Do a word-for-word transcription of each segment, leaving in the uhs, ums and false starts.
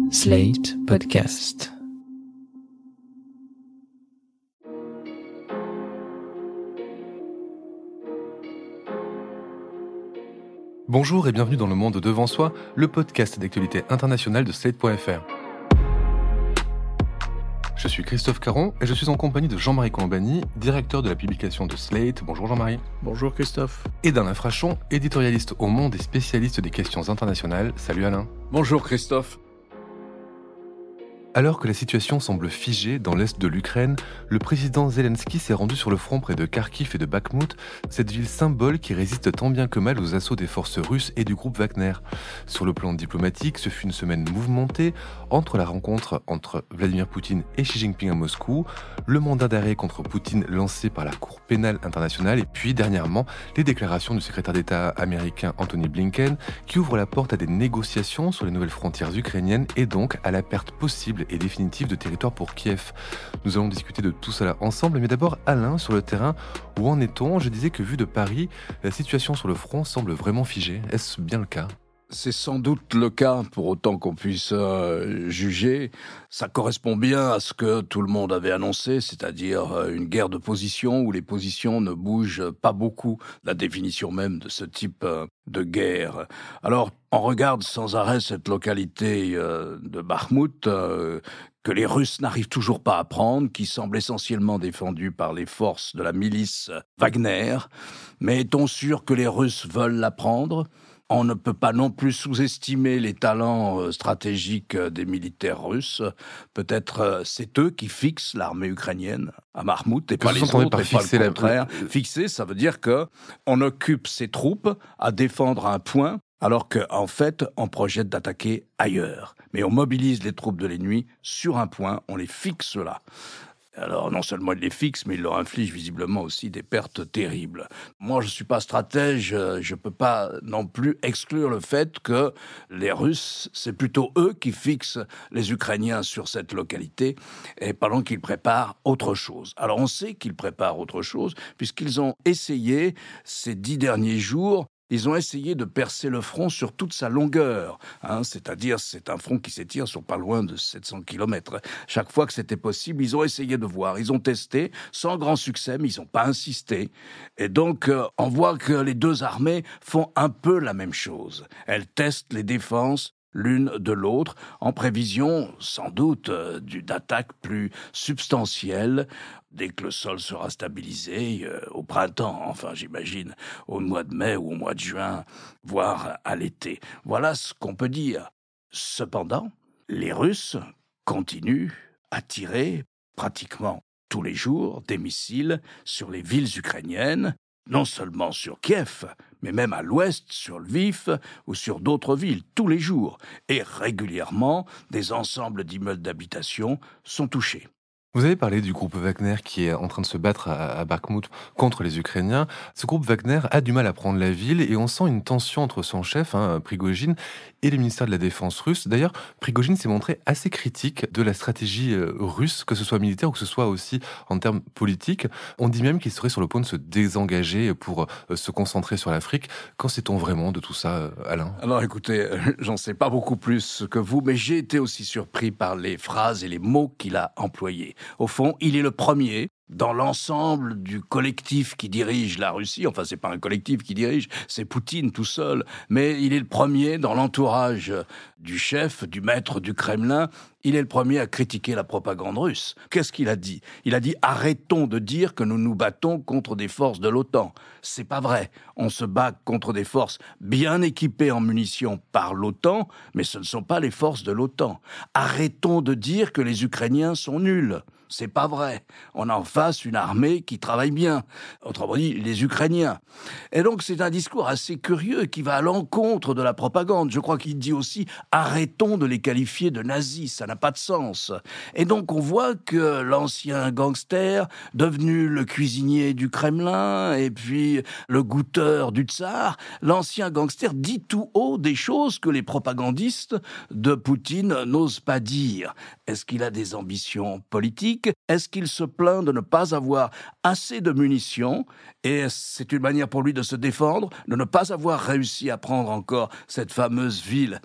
Slate Podcast. Bonjour et bienvenue dans Le Monde Devant Soi, le podcast d'actualité internationale de Slate point F R. Je suis Christophe Caron et je suis en compagnie de Jean-Marie Colombani, directeur de la publication de Slate. Bonjour Jean-Marie. Bonjour Christophe. Et d'Alain Frachon, éditorialiste au Monde et spécialiste des questions internationales. Salut Alain. Bonjour Christophe. Alors que la situation semble figée dans l'est de l'Ukraine, le président Zelensky s'est rendu sur le front près de Kharkiv et de Bakhmout, cette ville symbole qui résiste tant bien que mal aux assauts des forces russes et du groupe Wagner. Sur le plan diplomatique, ce fut une semaine mouvementée entre la rencontre entre Vladimir Poutine et Xi Jinping à Moscou, le mandat d'arrêt contre Poutine lancé par la Cour pénale internationale et puis dernièrement les déclarations du secrétaire d'État américain Antony Blinken qui ouvre la porte à des négociations sur les nouvelles frontières ukrainiennes et donc à la perte possible et définitive de territoire pour Kiev. Nous allons discuter de tout cela ensemble, mais d'abord Alain, sur le terrain, où en est-on ? Je disais que vu de Paris, la situation sur le front semble vraiment figée. Est-ce bien le cas ? C'est sans doute le cas, pour autant qu'on puisse euh, juger. Ça correspond bien à ce que tout le monde avait annoncé, c'est-à-dire euh, une guerre de position où les positions ne bougent pas beaucoup, la définition même de ce type euh, de guerre. Alors, on regarde sans arrêt cette localité euh, de Bakhmout, euh, que les Russes n'arrivent toujours pas à prendre, qui semble essentiellement défendue par les forces de la milice Wagner. Mais est-on sûr que les Russes veulent la prendre ? On ne peut pas non plus sous-estimer les talents stratégiques des militaires russes. Peut-être c'est eux qui fixent l'armée ukrainienne à Bakhmout et pas les autres, et pas le contraire. La... Fixer, ça veut dire que on occupe ses troupes à défendre un point, alors qu'en fait, on projette d'attaquer ailleurs. Mais on mobilise les troupes de l'ennemi sur un point, on les fixe là. Alors, non seulement il les fixe, mais il leur inflige visiblement aussi des pertes terribles. Moi, je ne suis pas stratège, je ne peux pas non plus exclure le fait que les Russes, c'est plutôt eux qui fixent les Ukrainiens sur cette localité, et pendant qu'ils préparent autre chose. Alors, on sait qu'ils préparent autre chose, puisqu'ils ont essayé, ces dix derniers jours, ils ont essayé de percer le front sur toute sa longueur, hein, c'est-à-dire c'est un front qui s'étire sur pas loin de sept cents kilomètres. Chaque fois que c'était possible, ils ont essayé de voir, ils ont testé, sans grand succès, mais ils n'ont pas insisté. Et donc, euh, on voit que les deux armées font un peu la même chose. Elles testent les défenses l'une de l'autre, en prévision, sans doute, euh, d'attaques plus substantielles, dès que le sol sera stabilisé, euh, au printemps, enfin j'imagine, au mois de mai ou au mois de juin, voire à l'été. Voilà ce qu'on peut dire. Cependant, les Russes continuent à tirer pratiquement tous les jours des missiles sur les villes ukrainiennes, non seulement sur Kiev, mais même à l'ouest, sur Lviv ou sur d'autres villes, tous les jours. Et régulièrement, des ensembles d'immeubles d'habitation sont touchés. Vous avez parlé du groupe Wagner qui est en train de se battre à, à Bakhmout contre les Ukrainiens. Ce groupe Wagner a du mal à prendre la ville et on sent une tension entre son chef, hein, Prigojine, et le ministère de la Défense russe. D'ailleurs, Prigojine s'est montré assez critique de la stratégie euh, russe, que ce soit militaire ou que ce soit aussi en termes politiques. On dit même qu'il serait sur le point de se désengager pour euh, se concentrer sur l'Afrique. Qu'en sait-on vraiment de tout ça, euh, Alain ? Alors écoutez, euh, j'en sais pas beaucoup plus que vous, mais j'ai été aussi surpris par les phrases et les mots qu'il a employés. Au fond, il est le premier dans l'ensemble du collectif qui dirige la Russie. Enfin, c'est pas un collectif qui dirige, c'est Poutine tout seul. Mais il est le premier dans l'entourage du chef, du maître du Kremlin. Il est le premier à critiquer la propagande russe. Qu'est-ce qu'il a dit ? Il a dit « Arrêtons de dire que nous nous battons contre des forces de l'OTAN ». C'est pas vrai. On se bat contre des forces bien équipées en munitions par l'OTAN, mais ce ne sont pas les forces de l'OTAN. Arrêtons de dire que les Ukrainiens sont nuls. C'est pas vrai. On a en face une armée qui travaille bien. Autrement dit, les Ukrainiens. Et donc, c'est un discours assez curieux qui va à l'encontre de la propagande. Je crois qu'il dit aussi « arrêtons de les qualifier de nazis ». Ça n'a pas de sens. Et donc, on voit que l'ancien gangster, devenu le cuisinier du Kremlin, et puis le goûteur du tsar, l'ancien gangster dit tout haut des choses que les propagandistes de Poutine n'osent pas dire. Est-ce qu'il a des ambitions politiques ? Est-ce qu'il se plaint de ne pas avoir assez de munitions ? Et c'est une manière pour lui de se défendre, de ne pas avoir réussi à prendre encore cette fameuse ville dont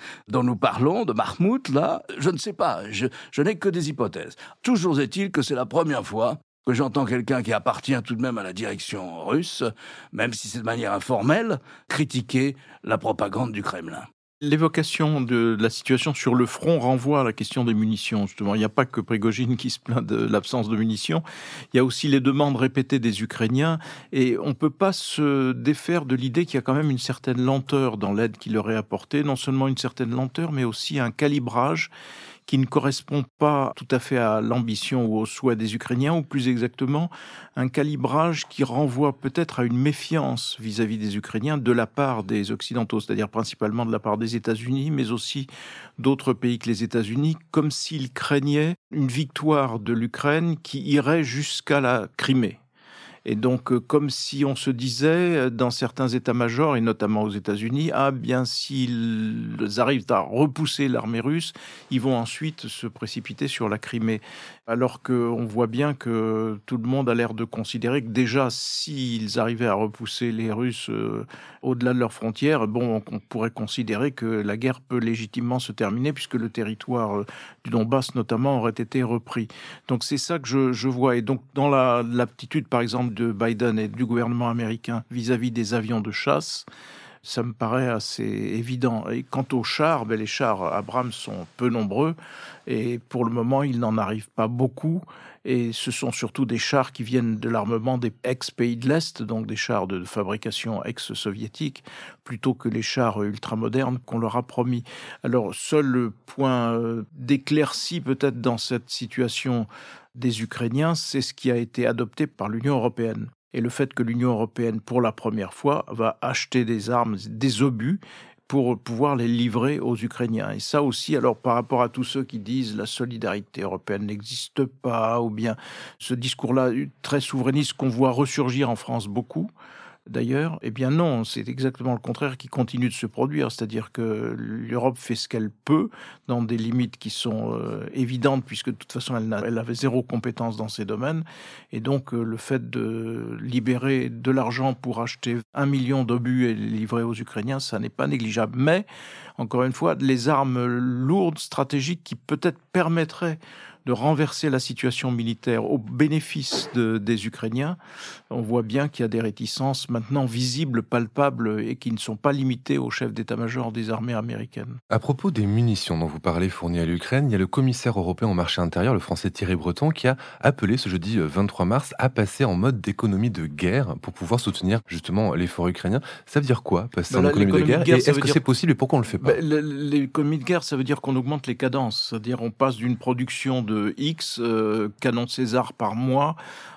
nous parlons de Mahmoud, là, je ne sais pas, je, je n'ai que des hypothèses. Toujours est-il que c'est la première fois que j'entends quelqu'un qui appartient tout de même à la direction russe, même si c'est de manière informelle, critiquer la propagande du Kremlin. L'évocation de la situation sur le front renvoie à la question des munitions, justement. Il n'y a pas que Prigojine qui se plaint de l'absence de munitions. Il y a aussi les demandes répétées des Ukrainiens. Et on ne peut pas se défaire de l'idée qu'il y a quand même une certaine lenteur dans l'aide qui leur est apportée. Non seulement une certaine lenteur, mais aussi un calibrage qui ne correspond pas tout à fait à l'ambition ou aux souhaits des Ukrainiens, ou plus exactement, un calibrage qui renvoie peut-être à une méfiance vis-à-vis des Ukrainiens de la part des Occidentaux, c'est-à-dire principalement de la part des États-Unis, mais aussi d'autres pays que les États-Unis, comme s'ils craignaient une victoire de l'Ukraine qui irait jusqu'à la Crimée. Et donc, comme si on se disait, dans certains états-majors, et notamment aux États-Unis, ah bien, s'ils arrivent à repousser l'armée russe, ils vont ensuite se précipiter sur la Crimée. Alors qu'on voit bien que tout le monde a l'air de considérer que déjà, s'ils arrivaient à repousser les Russes euh, au-delà de leurs frontières, bon, on pourrait considérer que la guerre peut légitimement se terminer, puisque le territoire euh, du Donbass, notamment, aurait été repris. Donc, c'est ça que je, je vois. Et donc, dans la, l'aptitude, par exemple, de Biden et du gouvernement américain vis-à-vis des avions de chasse, ça me paraît assez évident. Et quant aux chars, ben les chars Abrams sont peu nombreux et pour le moment, il n'en arrive pas beaucoup. Et ce sont surtout des chars qui viennent de l'armement des ex-pays de l'Est, donc des chars de fabrication ex-soviétique, plutôt que les chars ultramodernes qu'on leur a promis. Alors, seul le point d'éclaircie peut-être dans cette situation des Ukrainiens, c'est ce qui a été adopté par l'Union européenne. Et le fait que l'Union européenne, pour la première fois, va acheter des armes, des obus, pour pouvoir les livrer aux Ukrainiens. Et ça aussi, alors par rapport à tous ceux qui disent la solidarité européenne n'existe pas, ou bien ce discours-là très souverainiste qu'on voit ressurgir en France beaucoup, d'ailleurs, eh bien non, c'est exactement le contraire qui continue de se produire, c'est-à-dire que l'Europe fait ce qu'elle peut dans des limites qui sont euh, évidentes, puisque de toute façon elle, n'a, elle avait zéro compétence dans ces domaines, et donc euh, le fait de libérer de l'argent pour acheter un million d'obus et les livrer aux Ukrainiens, ça n'est pas négligeable. Mais, encore une fois, les armes lourdes, stratégiques, qui peut-être permettraient de renverser la situation militaire au bénéfice de, des Ukrainiens, on voit bien qu'il y a des réticences maintenant visibles, palpables et qui ne sont pas limitées au chef d'état-major des armées américaines. À propos des munitions dont vous parlez fournies à l'Ukraine, il y a le commissaire européen au marché intérieur, le français Thierry Breton, qui a appelé ce jeudi vingt-trois mars à passer en mode d'économie de guerre pour pouvoir soutenir justement l'effort ukrainien. Ça veut dire quoi, passer bah en là, économie de guerre, de guerre Et est-ce que dire... c'est possible et pourquoi on le fait pas? bah, L'économie de guerre, ça veut dire qu'on augmente les cadences, c'est-à-dire on passe d'une production de de X euh, canons César par mois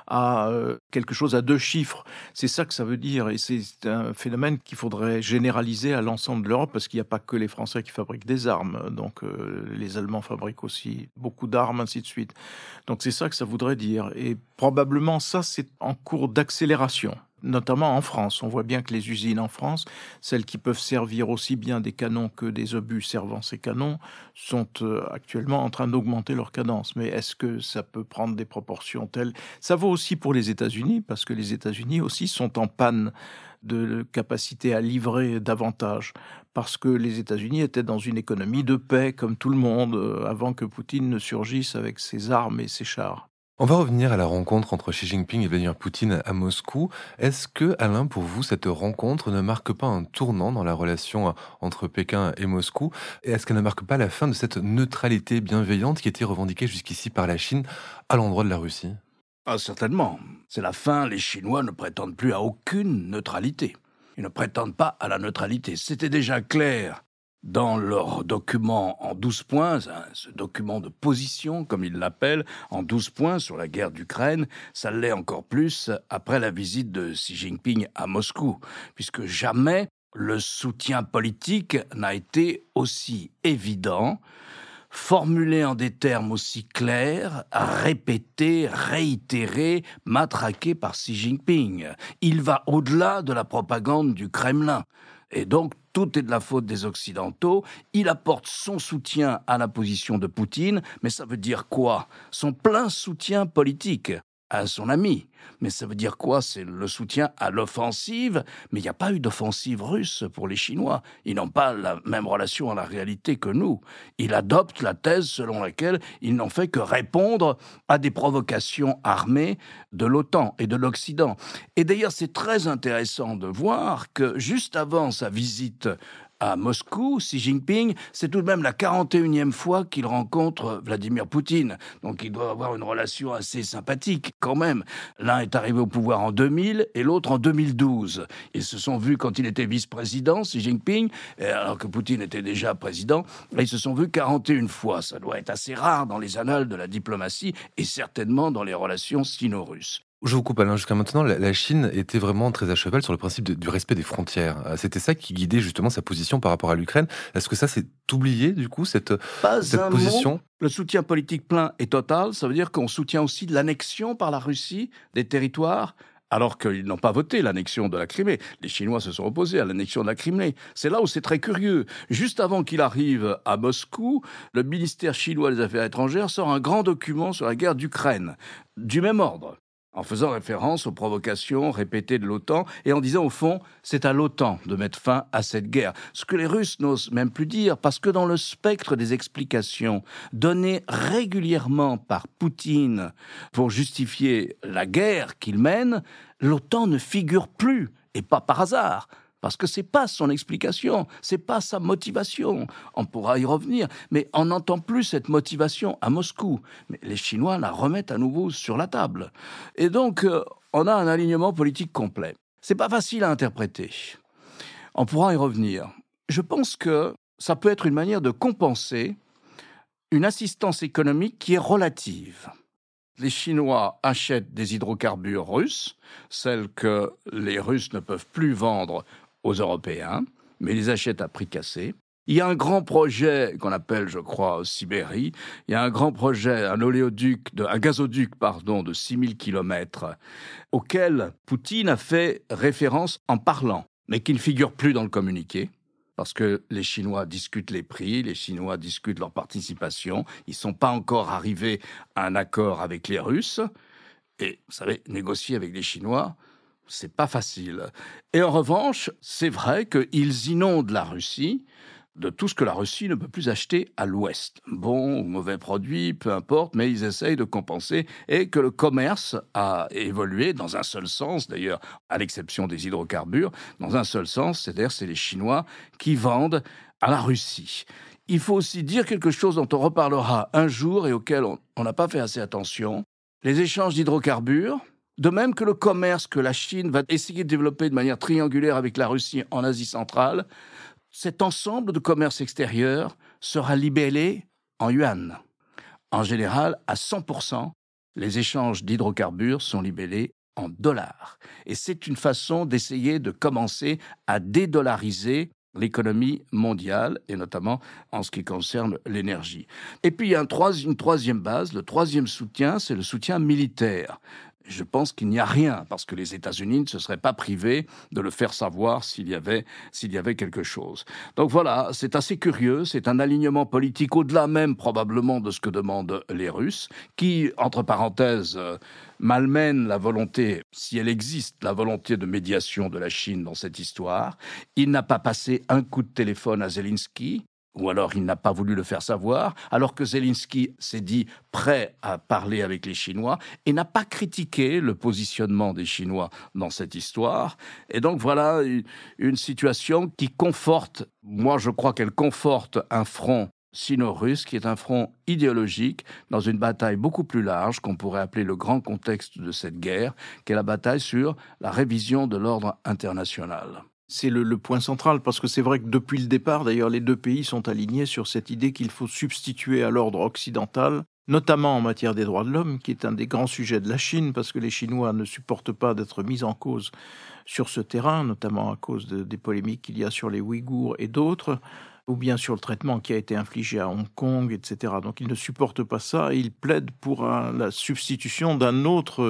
à euh, quelque chose à deux chiffres. C'est ça que ça veut dire. Et c'est un phénomène qu'il faudrait généraliser à l'ensemble de l'Europe, parce qu'il n'y a pas que les Français qui fabriquent des armes. Donc euh, les Allemands fabriquent aussi beaucoup d'armes, ainsi de suite. Donc c'est ça que ça voudrait dire. Et probablement ça, c'est en cours d'accélération. Notamment en France. On voit bien que les usines en France, celles qui peuvent servir aussi bien des canons que des obus servant ces canons, sont euh, actuellement en train d'augmenter leur cadence. Mais est-ce que ça peut prendre des proportions telles? Ça vaut aussi pour les États-Unis, parce que les États-Unis aussi sont en panne de capacité à livrer davantage, parce que les États-Unis étaient dans une économie de paix, comme tout le monde, euh, avant que Poutine ne surgisse avec ses armes et ses chars. On va revenir à la rencontre entre Xi Jinping et Vladimir Poutine à Moscou. Est-ce que, Alain, pour vous, cette rencontre ne marque pas un tournant dans la relation entre Pékin et Moscou? Et est-ce qu'elle ne marque pas la fin de cette neutralité bienveillante qui était revendiquée jusqu'ici par la Chine à l'endroit de la Russie? Ah, certainement. C'est la fin. Les Chinois ne prétendent plus à aucune neutralité. Ils ne prétendent pas à la neutralité. C'était déjà clair dans leur document en douze points, ce document de position, comme ils l'appellent, en douze points sur la guerre d'Ukraine, ça l'est encore plus après la visite de Xi Jinping à Moscou, puisque jamais le soutien politique n'a été aussi évident, formulé en des termes aussi clairs, répété, réitéré, matraqué par Xi Jinping. Il va au-delà de la propagande du Kremlin. Et donc, tout est de la faute des Occidentaux. Il apporte son soutien à la position de Poutine, mais ça veut dire quoi? Son plein soutien politique. à son ami. Mais ça veut dire quoi? C'est le soutien à l'offensive, mais il n'y a pas eu d'offensive russe pour les Chinois. Ils n'ont pas la même relation à la réalité que nous. Ils adoptent la thèse selon laquelle ils n'ont fait que répondre à des provocations armées de l'OTAN et de l'Occident. Et d'ailleurs, c'est très intéressant de voir que juste avant sa visite à Moscou, Xi Jinping, c'est tout de même la quarante et unième fois qu'il rencontre Vladimir Poutine. Donc il doit avoir une relation assez sympathique quand même. L'un est arrivé au pouvoir en deux mille et l'autre en deux mille douze. Ils se sont vus quand il était vice-président, Xi Jinping, alors que Poutine était déjà président. Et ils se sont vus quarante et une fois. Ça doit être assez rare dans les annales de la diplomatie et certainement dans les relations sino-russes. Je vous coupe, Alain. Jusqu'à maintenant, la, la Chine était vraiment très à cheval sur le principe de, du respect des frontières. C'était ça qui guidait justement sa position par rapport à l'Ukraine. Est-ce que ça s'est oublié, du coup, cette, Pas cette un position mot. Le soutien politique plein et total, ça veut dire qu'on soutient aussi de l'annexion par la Russie des territoires, alors qu'ils n'ont pas voté l'annexion de la Crimée. Les Chinois se sont opposés à l'annexion de la Crimée. C'est là où c'est très curieux. Juste avant qu'il arrive à Moscou, le ministère chinois des Affaires étrangères sort un grand document sur la guerre d'Ukraine, du même ordre, en faisant référence aux provocations répétées de l'OTAN et en disant, au fond, c'est à l'OTAN de mettre fin à cette guerre. Ce que les Russes n'osent même plus dire, parce que dans le spectre des explications données régulièrement par Poutine pour justifier la guerre qu'il mène, l'OTAN ne figure plus, et pas par hasard. Parce que c'est pas son explication, c'est pas sa motivation. On pourra y revenir, mais on n'entend plus cette motivation à Moscou. Mais les Chinois la remettent à nouveau sur la table. Et donc, euh, on a un alignement politique complet. C'est pas facile à interpréter. On pourra y revenir. Je pense que ça peut être une manière de compenser une assistance économique qui est relative. Les Chinois achètent des hydrocarbures russes, celles que les Russes ne peuvent plus vendre aux Européens, mais ils les achètent à prix cassé. Il y a un grand projet qu'on appelle, je crois, Sibérie. Il y a un grand projet, un oléoduc, de, un gazoduc, pardon, de six mille kilomètres, auquel Poutine a fait référence en parlant, mais qui ne figure plus dans le communiqué, parce que les Chinois discutent les prix, les Chinois discutent leur participation. Ils ne sont pas encore arrivés à un accord avec les Russes. Et, vous savez, négocier avec les Chinois, c'est pas facile. Et en revanche, c'est vrai qu'ils inondent la Russie de tout ce que la Russie ne peut plus acheter à l'Ouest. Bon ou mauvais produits, peu importe, mais ils essayent de compenser et que le commerce a évolué dans un seul sens, d'ailleurs, à l'exception des hydrocarbures, dans un seul sens, c'est-à-dire c'est les Chinois qui vendent à la Russie. Il faut aussi dire quelque chose dont on reparlera un jour et auquel on n'a pas fait assez attention. Les échanges d'hydrocarbures, de même que le commerce que la Chine va essayer de développer de manière triangulaire avec la Russie en Asie centrale, cet ensemble de commerce extérieur sera libellé en yuan. En général, à cent pour cent, les échanges d'hydrocarbures sont libellés en dollars. Et c'est une façon d'essayer de commencer à dédollariser l'économie mondiale, et notamment en ce qui concerne l'énergie. Et puis il y a un troi- une troisième base, le troisième soutien, c'est le soutien militaire. Je pense qu'il n'y a rien, parce que les États-Unis ne se seraient pas privés de le faire savoir s'il y avait, s'il y avait quelque chose. Donc voilà, c'est assez curieux, c'est un alignement politique au-delà même probablement de ce que demandent les Russes, qui, entre parenthèses, euh, malmène la volonté, si elle existe, la volonté de médiation de la Chine dans cette histoire. Il n'a pas passé un coup de téléphone à Zelensky, ou alors il n'a pas voulu le faire savoir, alors que Zelensky s'est dit prêt à parler avec les Chinois et n'a pas critiqué le positionnement des Chinois dans cette histoire. Et donc voilà une situation qui conforte, moi je crois qu'elle conforte un front sino-russe qui est un front idéologique dans une bataille beaucoup plus large qu'on pourrait appeler le grand contexte de cette guerre, qui est la bataille sur la révision de l'ordre international. C'est le, le point central, parce que c'est vrai que depuis le départ, d'ailleurs, les deux pays sont alignés sur cette idée qu'il faut substituer à l'ordre occidental, notamment en matière des droits de l'homme, qui est un des grands sujets de la Chine, parce que les Chinois ne supportent pas d'être mis en cause sur ce terrain, notamment à cause de, des polémiques qu'il y a sur les Ouïghours et d'autres, ou bien sur le traitement qui a été infligé à Hong Kong, et cetera. Donc ils ne supportent pas ça et ils plaident pour un, la substitution d'un autre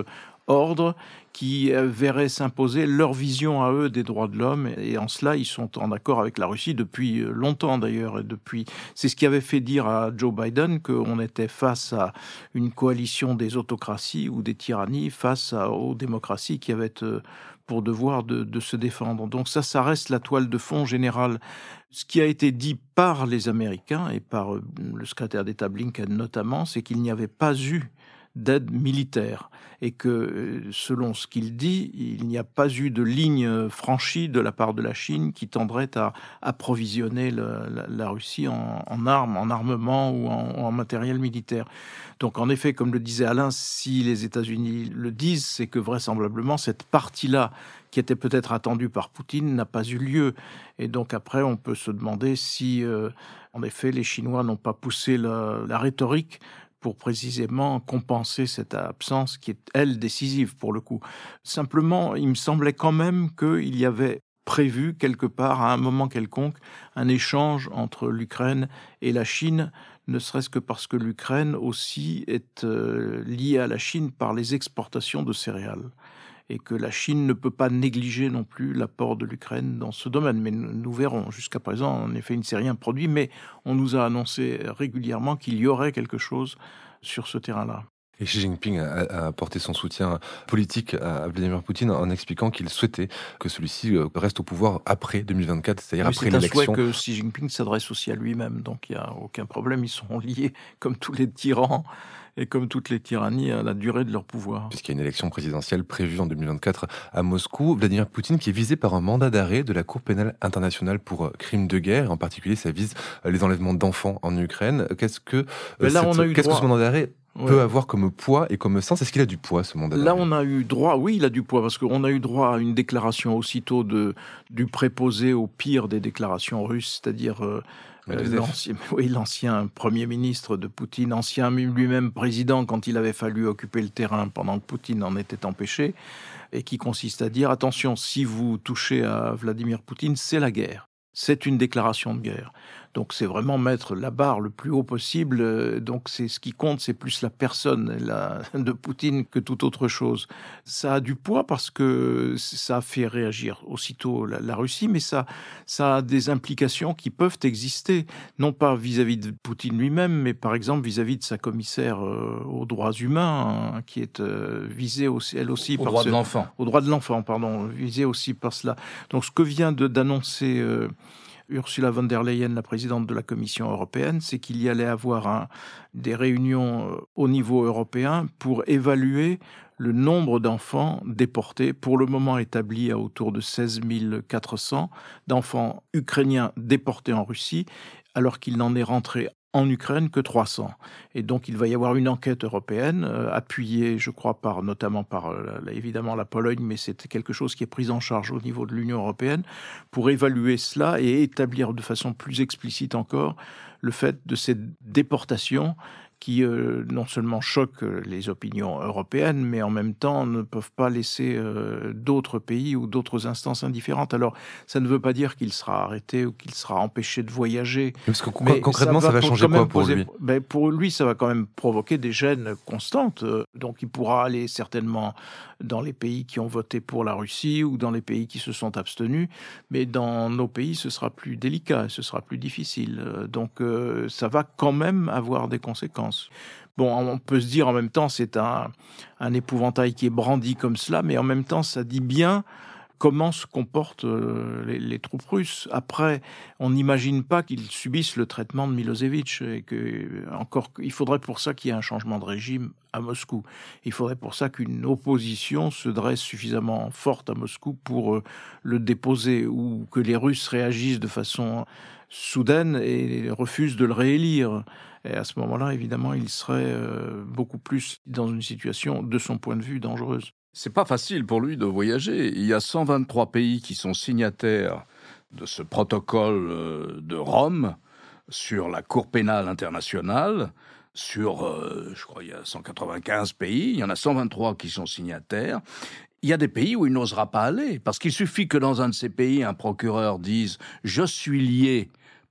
ordre qui verrait s'imposer leur vision à eux des droits de l'homme. Et en cela, ils sont en accord avec la Russie depuis longtemps d'ailleurs. Et depuis, c'est ce qui avait fait dire à Joe Biden qu'on était face à une coalition des autocraties ou des tyrannies face à, aux démocraties qui avaient pour devoir de, de se défendre. Donc ça, ça reste la toile de fond générale. Ce qui a été dit par les Américains et par le secrétaire d'État Blinken notamment, c'est qu'il n'y avait pas eu d'aide militaire et que, selon ce qu'il dit, il n'y a pas eu de ligne franchie de la part de la Chine qui tendrait à approvisionner le, la, la Russie en, en armes, en armement ou en, en matériel militaire. Donc en effet, comme le disait Alain, si les États-Unis le disent, c'est que vraisemblablement cette partie-là, qui était peut-être attendue par Poutine, n'a pas eu lieu. Et donc après, on peut se demander si, euh, en effet, les Chinois n'ont pas poussé la, la rhétorique pour précisément compenser cette absence qui est, elle, décisive pour le coup. Simplement, il me semblait quand même qu'il y avait prévu quelque part, à un moment quelconque, un échange entre l'Ukraine et la Chine, ne serait-ce que parce que l'Ukraine aussi est euh, liée à la Chine par les exportations de céréales. Et que la Chine ne peut pas négliger non plus l'apport de l'Ukraine dans ce domaine. Mais nous verrons. Jusqu'à présent, en effet, il ne s'est rien produit, mais on nous a annoncé régulièrement qu'il y aurait quelque chose sur ce terrain-là. Et Xi Jinping a, a apporté son soutien politique à Vladimir Poutine en expliquant qu'il souhaitait que celui-ci reste au pouvoir après deux mille vingt-quatre, c'est-à-dire oui, après l'élection. C'est un souhait que Xi Jinping s'adresse aussi à lui-même, donc il n'y a aucun problème. Ils sont liés, comme tous les tyrans et comme toutes les tyrannies, à la durée de leur pouvoir. Puisqu'il y a une élection présidentielle prévue en deux mille vingt-quatre à Moscou, Vladimir Poutine qui est visé par un mandat d'arrêt de la Cour pénale internationale pour crimes de guerre, et en particulier ça vise les enlèvements d'enfants en Ukraine. Qu'est-ce que, là, cette, on a eu qu'est-ce droit... que ce mandat d'arrêt Ouais. peut avoir comme poids et comme sens? Est-ce qu'il a du poids, ce mandat d'arrêt? Là, on a eu droit, oui, il a du poids, parce qu'on a eu droit à une déclaration aussitôt de, du préposé au pire des déclarations russes, c'est-à-dire euh, l'ancien, oui, l'ancien Premier ministre de Poutine, ancien lui-même président quand il avait fallu occuper le terrain pendant que Poutine en était empêché, et qui consiste à dire, attention, si vous touchez à Vladimir Poutine, c'est la guerre. C'est une déclaration de guerre. Donc c'est vraiment mettre la barre le plus haut possible. Donc c'est ce qui compte, c'est plus la personne la, de Poutine que toute autre chose. Ça a du poids parce que ça a fait réagir aussitôt la, la Russie, mais ça, ça a des implications qui peuvent exister, non pas vis-à-vis de Poutine lui-même, mais par exemple vis-à-vis de sa commissaire euh, aux droits humains, hein, qui est euh, visée aussi, elle aussi au par droit ce, de l'enfant. Au droit de l'enfant, pardon, visée aussi par cela. Donc ce que vient de, d'annoncer euh, Ursula von der Leyen, la présidente de la Commission européenne, c'est qu'il y allait avoir un, des réunions au niveau européen pour évaluer le nombre d'enfants déportés, pour le moment établi à autour de seize mille quatre cents, d'enfants ukrainiens déportés en Russie, alors qu'il n'en est rentré en Ukraine que trois cents. Et donc il va y avoir une enquête européenne, euh, appuyée, je crois, par, notamment par euh, évidemment la Pologne, mais c'est quelque chose qui est pris en charge au niveau de l'Union européenne, pour évaluer cela et établir de façon plus explicite encore le fait de cette déportation qui euh, non seulement choquent les opinions européennes, mais en même temps ne peuvent pas laisser euh, d'autres pays ou d'autres instances indifférentes. Alors, ça ne veut pas dire qu'il sera arrêté ou qu'il sera empêché de voyager. Parce que mais concrètement, ça va, ça va changer quoi pour poser, lui ben Pour lui, ça va quand même provoquer des gênes constantes. Donc, il pourra aller certainement dans les pays qui ont voté pour la Russie ou dans les pays qui se sont abstenus, mais dans nos pays, ce sera plus délicat, ce sera plus difficile. Donc, euh, ça va quand même avoir des conséquences. Bon, on peut se dire en même temps, c'est un, un épouvantail qui est brandi comme cela, mais en même temps, ça dit bien comment se comportent euh, les, les troupes russes. Après, on n'imagine pas qu'ils subissent le traitement de Milosevic, et que, encore, il faudrait pour ça qu'il y ait un changement de régime à Moscou. Il faudrait pour ça qu'une opposition se dresse suffisamment forte à Moscou pour euh, le déposer, ou que les Russes réagissent de façon soudaine et refusent de le réélire. Et à ce moment-là, évidemment, il serait euh, beaucoup plus dans une situation, de son point de vue, dangereuse. C'est pas facile pour lui de voyager. Il y a cent vingt-trois pays qui sont signataires de ce protocole de Rome sur la Cour pénale internationale. Sur, euh, je crois, il y a cent quatre-vingt-quinze pays. Il y en a cent vingt-trois qui sont signataires. Il y a des pays où il n'osera pas aller, parce qu'il suffit que dans un de ces pays, un procureur dise « je suis lié »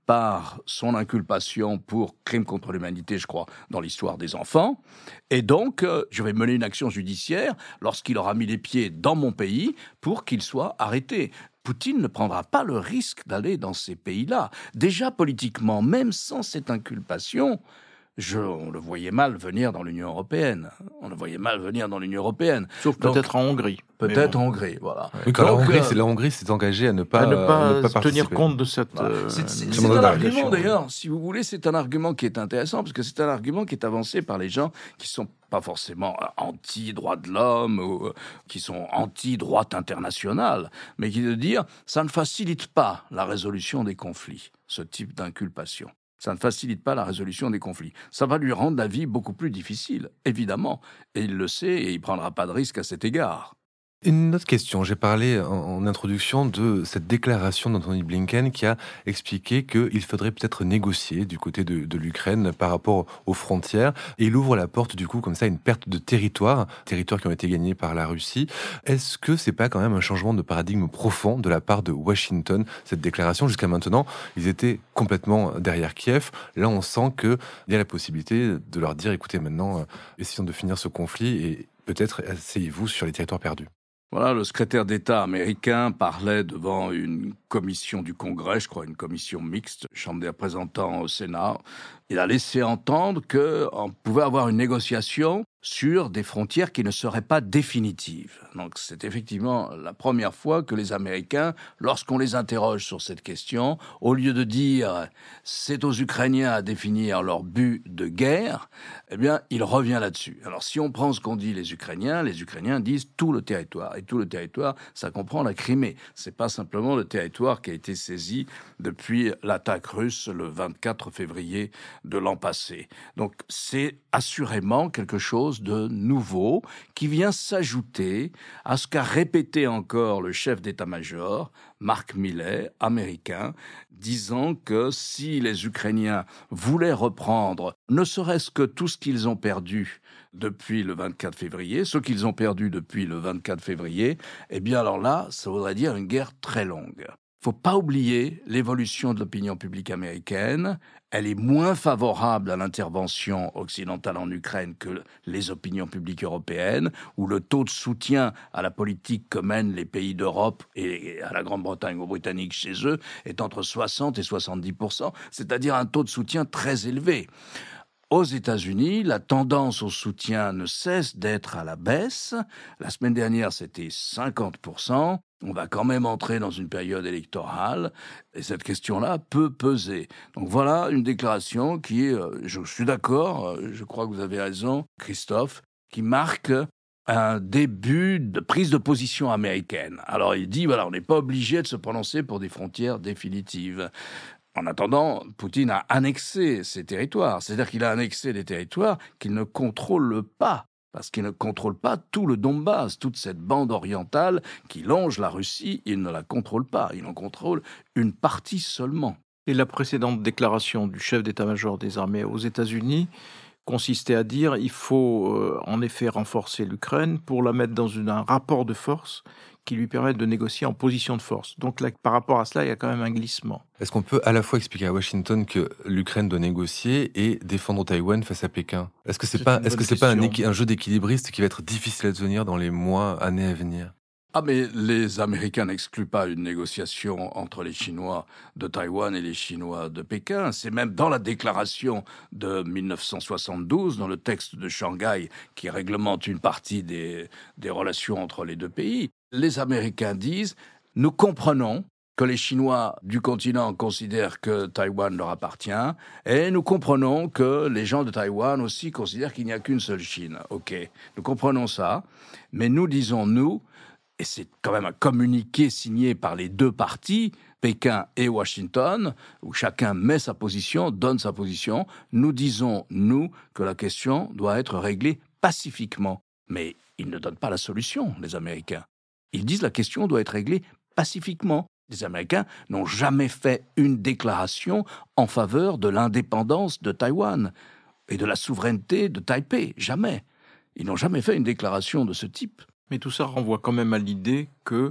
par son inculpation pour crime contre l'humanité, je crois, dans l'histoire des enfants. Et donc, euh, je vais mener une action judiciaire lorsqu'il aura mis les pieds dans mon pays pour qu'il soit arrêté. Poutine ne prendra pas le risque d'aller dans ces pays-là. Déjà, politiquement, même sans cette inculpation, Je, on le voyait mal venir dans l'Union européenne. On le voyait mal venir dans l'Union européenne. Sauf Donc, peut-être en Hongrie. Peut-être bon. en Hongrie, voilà. Oui, quand Donc, la Hongrie, euh, c'est la Hongrie s'est engagée à ne pas, à ne pas, à ne pas tenir participer. compte de cette. Voilà. Euh, c'est c'est, c'est c'est un argument obligation, d'ailleurs, si vous voulez, c'est un argument qui est intéressant parce que c'est un argument qui est avancé par les gens qui sont pas forcément anti-droits de l'homme ou euh, qui sont anti-droit international, mais qui de dire ça ne facilite pas la résolution des conflits, ce type d'inculpation. Ça ne facilite pas la résolution des conflits. Ça va lui rendre la vie beaucoup plus difficile, évidemment. Et il le sait et il ne prendra pas de risque à cet égard. Une autre question. J'ai parlé en, en introduction de cette déclaration d'Anthony Blinken qui a expliqué qu'il faudrait peut-être négocier du côté de, de l'Ukraine par rapport aux frontières. Et il ouvre la porte, du coup, comme ça, à une perte de territoire, territoires qui ont été gagnés par la Russie. Est-ce que c'est pas quand même un changement de paradigme profond de la part de Washington, cette déclaration? Jusqu'à maintenant, ils étaient complètement derrière Kiev. Là, on sent qu'il y a la possibilité de leur dire, écoutez, maintenant, euh, essayons de finir ce conflit et peut-être asseyez-vous sur les territoires perdus. Voilà, le secrétaire d'État américain parlait devant une commission du Congrès, je crois une commission mixte, Chambre des représentants au Sénat. Il a laissé entendre qu'on pouvait avoir une négociation sur des frontières qui ne seraient pas définitives. Donc c'est effectivement la première fois que les Américains, lorsqu'on les interroge sur cette question, au lieu de dire « c'est aux Ukrainiens à définir leur but de guerre », eh bien, il revient là-dessus. Alors si on prend ce qu'ont dit les Ukrainiens, les Ukrainiens disent tout le territoire. Et tout le territoire, ça comprend la Crimée. C'est pas simplement le territoire qui a été saisi depuis l'attaque russe le vingt-quatre février de l'an passé. Donc c'est assurément quelque chose de nouveau qui vient s'ajouter à ce qu'a répété encore le chef d'état-major, Mark Milley, américain, disant que si les Ukrainiens voulaient reprendre ne serait-ce que tout ce qu'ils ont perdu depuis le vingt-quatre février, ce qu'ils ont perdu depuis le vingt-quatre février, eh bien alors là, ça voudrait dire une guerre très longue. Il ne faut pas oublier l'évolution de l'opinion publique américaine. Elle est moins favorable à l'intervention occidentale en Ukraine que les opinions publiques européennes, où le taux de soutien à la politique que mènent les pays d'Europe et à la Grande-Bretagne ou aux Britanniques chez eux est entre soixante et soixante-dix pour cent, c'est-à-dire un taux de soutien très élevé. Aux États-Unis, la tendance au soutien ne cesse d'être à la baisse. La semaine dernière, c'était cinquante pour cent. On va quand même entrer dans une période électorale et cette question-là peut peser. Donc voilà une déclaration qui est, je suis d'accord, je crois que vous avez raison, Christophe, qui marque un début de prise de position américaine. Alors il dit, voilà, on n'est pas obligé de se prononcer pour des frontières définitives. En attendant, Poutine a annexé ces territoires, c'est-à-dire qu'il a annexé des territoires qu'il ne contrôle pas. Parce qu'il ne contrôle pas tout le Donbass, toute cette bande orientale qui longe la Russie, il ne la contrôle pas, il en contrôle une partie seulement. Et la précédente déclaration du chef d'état-major des armées aux États-Unis consistait à dire qu'il faut euh, en effet renforcer l'Ukraine pour la mettre dans une, un rapport de force qui lui permette de négocier en position de force. Donc là, par rapport à cela, il y a quand même un glissement. Est-ce qu'on peut à la fois expliquer à Washington que l'Ukraine doit négocier et défendre Taïwan face à Pékin? Est-ce que c'est, c'est pas, est-ce que c'est pas un, équi- un jeu d'équilibriste qui va être difficile à tenir dans les mois, années à venir? Ah mais les Américains n'excluent pas une négociation entre les Chinois de Taïwan et les Chinois de Pékin. C'est même dans la déclaration de dix-neuf cent soixante-douze, dans le texte de Shanghai, qui réglemente une partie des, des relations entre les deux pays. Les Américains disent « Nous comprenons que les Chinois du continent considèrent que Taïwan leur appartient, et nous comprenons que les gens de Taïwan aussi considèrent qu'il n'y a qu'une seule Chine. Ok, nous comprenons ça, mais nous disons, nous, et c'est quand même un communiqué signé par les deux parties, Pékin et Washington, où chacun met sa position, donne sa position. Nous disons, nous, que la question doit être réglée pacifiquement. Mais ils ne donnent pas la solution, les Américains. Ils disent la question doit être réglée pacifiquement. Les Américains n'ont jamais fait une déclaration en faveur de l'indépendance de Taïwan et de la souveraineté de Taipei. Jamais. Ils n'ont jamais fait une déclaration de ce type. Mais tout ça renvoie quand même à l'idée que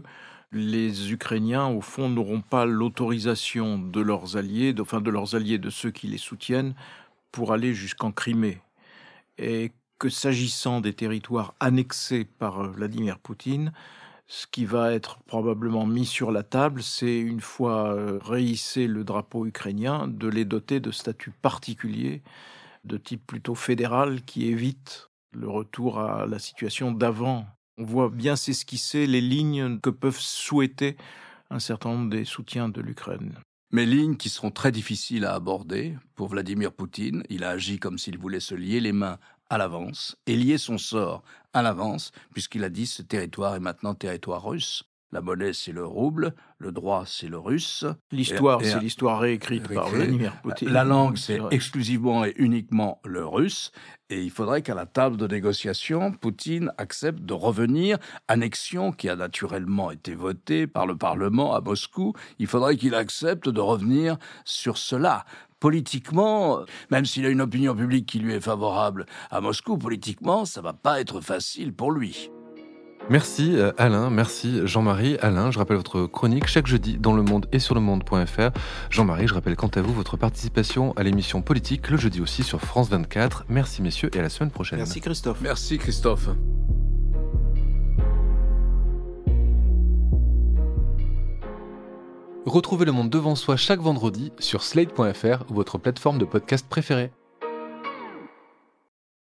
les Ukrainiens, au fond, n'auront pas l'autorisation de leurs alliés, de, enfin de leurs alliés, de ceux qui les soutiennent, pour aller jusqu'en Crimée. Et que s'agissant des territoires annexés par Vladimir Poutine, ce qui va être probablement mis sur la table, c'est, une fois rehissé le drapeau ukrainien, de les doter de statuts particuliers, de type plutôt fédéral, qui évite le retour à la situation d'avant. On voit bien s'esquisser les lignes que peuvent souhaiter un certain nombre des soutiens de l'Ukraine. Mais lignes qui seront très difficiles à aborder pour Vladimir Poutine. Il a agi comme s'il voulait se lier les mains à l'avance et lier son sort à l'avance, puisqu'il a dit ce territoire est maintenant territoire russe. La monnaie, c'est le rouble, le droit, c'est le russe. L'histoire, et, et, c'est l'histoire réécrite réécrit. par Vladimir Poutine. La langue, c'est, c'est exclusivement et uniquement le russe. Et il faudrait qu'à la table de négociation, Poutine accepte de revenir. Annexion qui a naturellement été votée par le Parlement à Moscou. Il faudrait qu'il accepte de revenir sur cela. Politiquement, même s'il a une opinion publique qui lui est favorable à Moscou, politiquement, ça va pas être facile pour lui. Merci Alain, merci Jean-Marie. Alain, je rappelle votre chronique chaque jeudi dans Le Monde et sur le monde point f r. Jean-Marie, je rappelle quant à vous votre participation à l'émission Politique le jeudi aussi sur France vingt-quatre. Merci messieurs et à la semaine prochaine. Merci Christophe. Merci Christophe. Retrouvez Le Monde devant soi chaque vendredi sur slate point f r ou votre plateforme de podcast préférée.